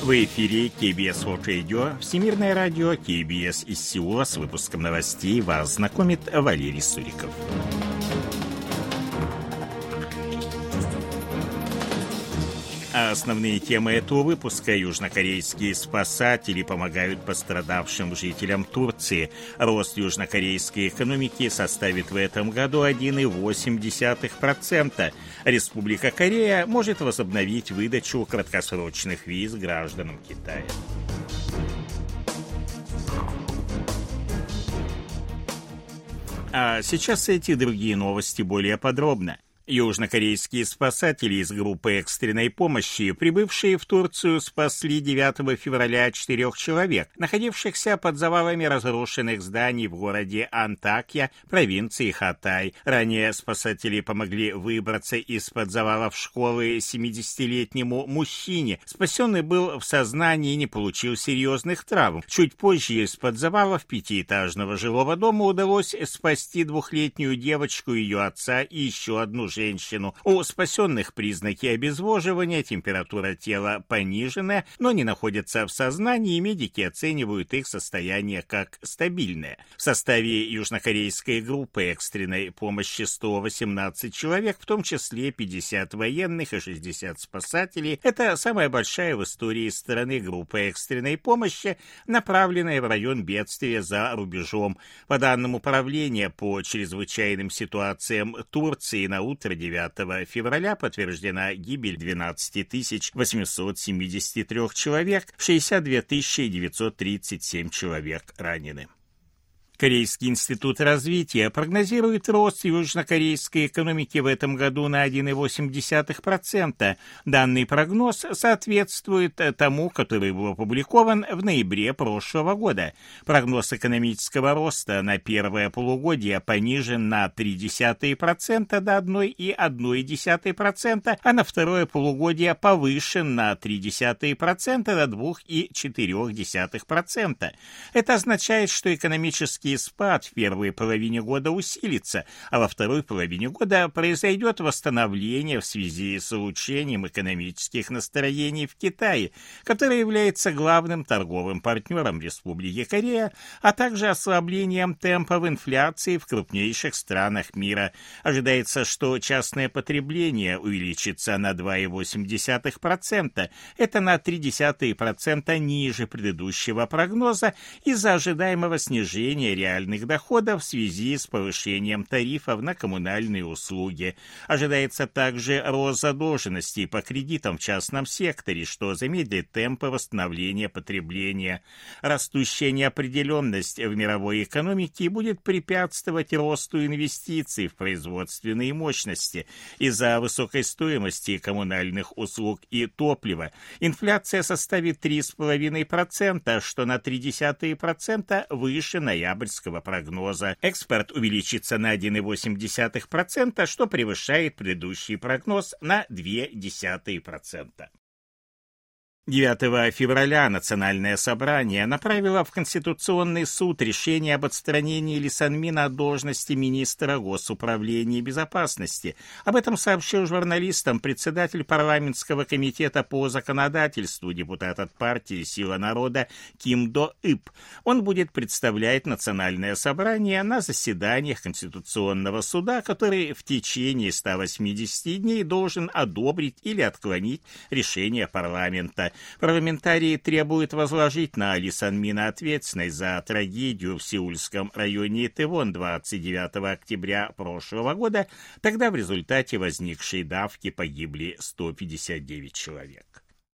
В эфире KBS World Radio, Всемирное радио, KBS из Сеула. С выпуском новостей вас знакомит Валерий Суриков. Основные темы этого выпуска. Южнокорейские спасатели помогают пострадавшим жителям Турции. Рост южнокорейской экономики составит в этом году 1,8%. Республика Корея может возобновить выдачу краткосрочных виз гражданам Китая. А сейчас эти и другие новости более подробно. Южнокорейские спасатели из группы экстренной помощи, прибывшие в Турцию, спасли 9 февраля 4 человек, находившихся под завалами разрушенных зданий в городе Антакья, провинции Хатай. Ранее спасатели помогли выбраться из-под завалов школы 70-летнему мужчине. Спасенный был в сознании и не получил серьезных травм. Чуть позже из-под завалов пятиэтажного жилого дома удалось спасти 2-летнюю девочку, ее отца и еще одну женщину. У спасенных признаки обезвоживания, температура тела пониженная, но не находятся в сознании, и медики оценивают их состояние как стабильное. В составе южнокорейской группы экстренной помощи 118 человек, в том числе 50 военных и 60 спасателей. Это самая большая в истории страны группа экстренной помощи, направленная в район бедствия за рубежом. По данным Управления по чрезвычайным ситуациям Турции, на утро 9 февраля подтверждена гибель 12 873 человек, 62 937 человек ранены. Корейский институт развития прогнозирует рост южнокорейской экономики в этом году на 1,8%. Данный прогноз соответствует тому, который был опубликован в ноябре прошлого года. Прогноз экономического роста на первое полугодие понижен на 0,3% до 1,1%, а на второе полугодие повышен на 0,3% до 2,4%. Это означает, что экономический спад в первой половине года усилится, а во второй половине года произойдет восстановление в связи с улучшением экономических настроений в Китае, который является главным торговым партнером Республики Корея, а также ослаблением темпов инфляции в крупнейших странах мира. Ожидается, что частное потребление увеличится на 2,8%. Это на 0,3% ниже предыдущего прогноза из-за ожидаемого снижения реальных доходов в связи с повышением тарифов на коммунальные услуги. Ожидается также рост задолженности по кредитам в частном секторе, что замедлит темпы восстановления потребления. Растущая неопределенность в мировой экономике будет препятствовать росту инвестиций в производственные мощности. Из-за высокой стоимости коммунальных услуг и топлива инфляция составит 3,5%, что на 0,3% выше ноябрьского прогноза. Экспорт увеличится на 1,8%, что превышает предыдущий прогноз на 0,2%. 9 февраля Национальное собрание направило в Конституционный суд решение об отстранении Ли Сан-мина от должности министра Госуправления безопасности. Об этом сообщил журналистам председатель парламентского комитета по законодательству, депутат от партии «Сила народа» Ким До-ып. Он будет представлять Национальное собрание на заседаниях Конституционного суда, который в течение 180 дней должен одобрить или отклонить решение парламента. Парламентарии требуют возложить на Ли Сан-мина ответственность за трагедию в сеульском районе Итэвон 29 октября прошлого года. Тогда в результате возникшей давки погибли 159 человек.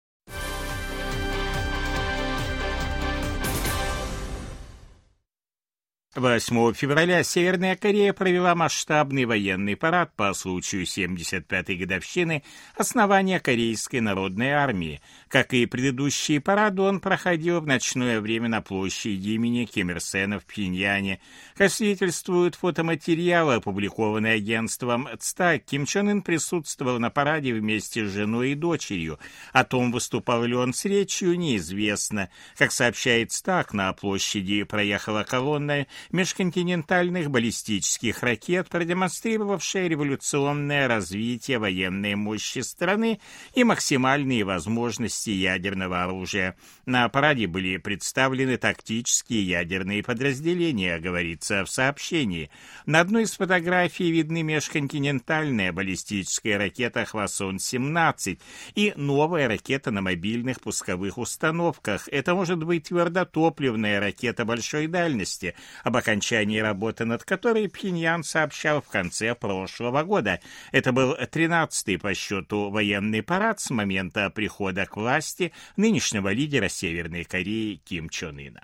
8 февраля Северная Корея провела масштабный военный парад по случаю 75-й годовщины основания Корейской народной армии. Как и предыдущие парады, он проходил в ночное время на площади имени Ким Ир Сена в Пхеньяне. Как свидетельствуют фотоматериалы, опубликованные агентством ЦТА, Ким Чен Ын присутствовал на параде вместе с женой и дочерью. О том, выступал ли он с речью, неизвестно. Как сообщает ЦТА, на площади проехала колонна межконтинентальных баллистических ракет, продемонстрировавшая революционное развитие военной мощи страны и максимальные возможности ядерного оружия. На параде были представлены тактические ядерные подразделения, говорится в сообщении. На одной из фотографий видны межконтинентальная баллистическая ракета «Хвасон-17» и новая ракета на мобильных пусковых установках. Это может быть твердотопливная ракета большой дальности, об окончании работы над которой Пхеньян сообщал в конце прошлого года. Это был 13-й по счету военный парад с момента прихода к власти нынешнего лидера Северной Кореи Ким Чен Ына.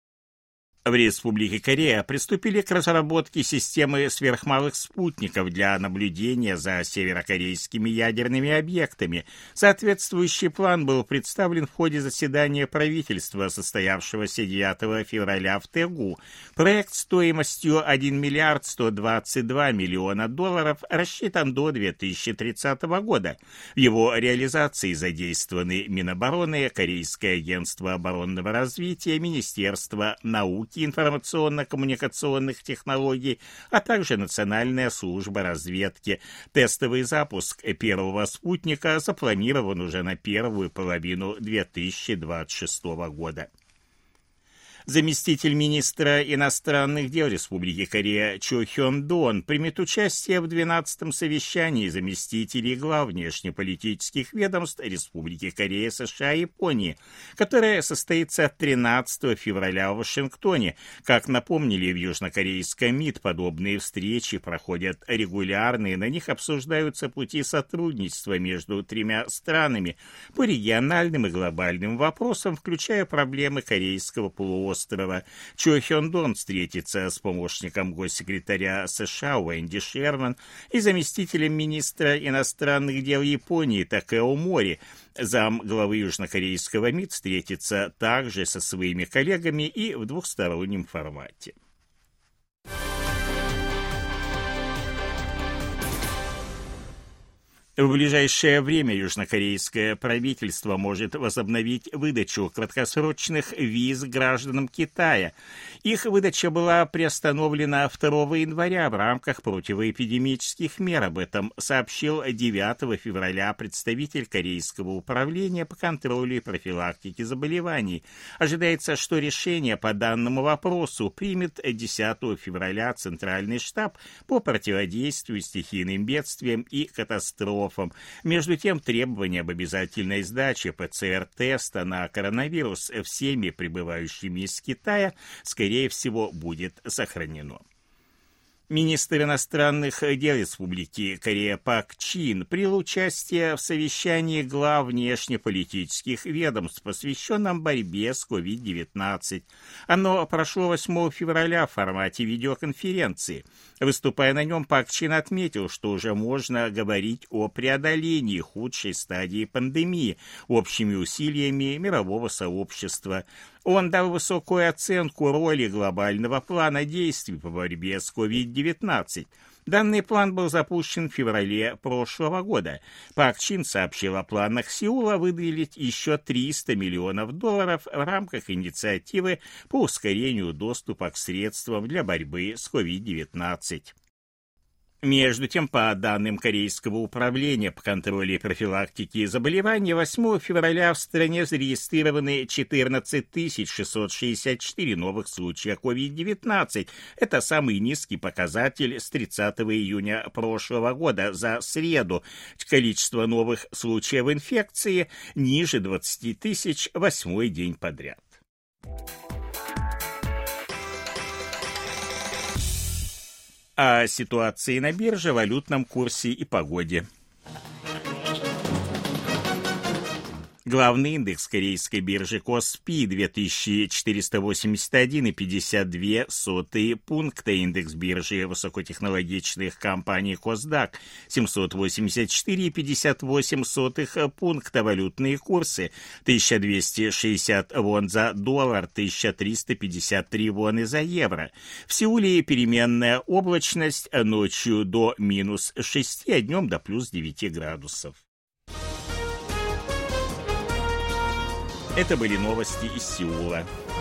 В Республике Корея приступили к разработке системы сверхмалых спутников для наблюдения за северокорейскими ядерными объектами. Соответствующий план был представлен в ходе заседания правительства, состоявшегося 9 февраля в Тэгу. Проект стоимостью $1 миллиард 122 миллиона долларов рассчитан до 2030 года. В его реализации задействованы Минобороны, Корейское агентство оборонного развития, Министерство науки, информационно-коммуникационных технологий, а также Национальная служба разведки. Тестовый запуск первого спутника запланирован уже на первую половину 2026 года. Заместитель министра иностранных дел Республики Корея Чо Хён Дон примет участие в 12-м совещании заместителей глав внешнеполитических ведомств Республики Корея, США и Японии, которое состоится 13 февраля в Вашингтоне. Как напомнили в южнокорейском МИД, подобные встречи проходят регулярно, и на них обсуждаются пути сотрудничества между тремя странами по региональным и глобальным вопросам, включая проблемы Корейского полуострова. Чо Хён Дон встретится с помощником госсекретаря США Уэнди Шерман и заместителем министра иностранных дел Японии Такео Мори. Зам главы южнокорейского МИД встретится также со своими коллегами и в двухстороннем формате. В ближайшее время южнокорейское правительство может возобновить выдачу краткосрочных виз гражданам Китая. Их выдача была приостановлена 2 января в рамках противоэпидемических мер. Об этом сообщил 9 февраля представитель Корейского управления по контролю и профилактике заболеваний. Ожидается, что решение по данному вопросу примет 10 февраля Центральный штаб по противодействию стихийным бедствиям и катастрофам. Между тем, требование об обязательной сдаче ПЦР-теста на коронавирус всеми прибывающими из Китая, скорее всего, будет сохранено. Министр иностранных дел Республики Корея Пак Чин принял участие в совещании глав внешнеполитических ведомств, посвященном борьбе с COVID-19. Оно прошло 8 февраля в формате видеоконференции. Выступая на нем, Пак Чин отметил, что уже можно говорить о преодолении худшей стадии пандемии общими усилиями мирового сообщества. Он дал высокую оценку роли глобального плана действий по борьбе с COVID-19. Данный план был запущен в феврале прошлого года. Пак Чин сообщил о планах Сеула выделить еще $300 миллионов в рамках инициативы по ускорению доступа к средствам для борьбы с COVID-19. Между тем, по данным Корейского управления по контролю и профилактике заболеваний, 8 февраля в стране зарегистрированы 14 664 новых случая COVID-19. Это самый низкий показатель с 30 июня прошлого года за среду. Количество новых случаев инфекции ниже 20 тысяч 8-й день подряд. О ситуации на бирже, валютном курсе и погоде. Главный индекс корейской биржи Коспи 2481,52 пункта, индекс биржи высокотехнологичных компаний Косдак 784,58 пункта, валютные курсы 1260 вон за доллар, 1353 воны за евро. В Сеуле переменная облачность, ночью до -6, а днем до +9 градусов. Это были новости из Сеула.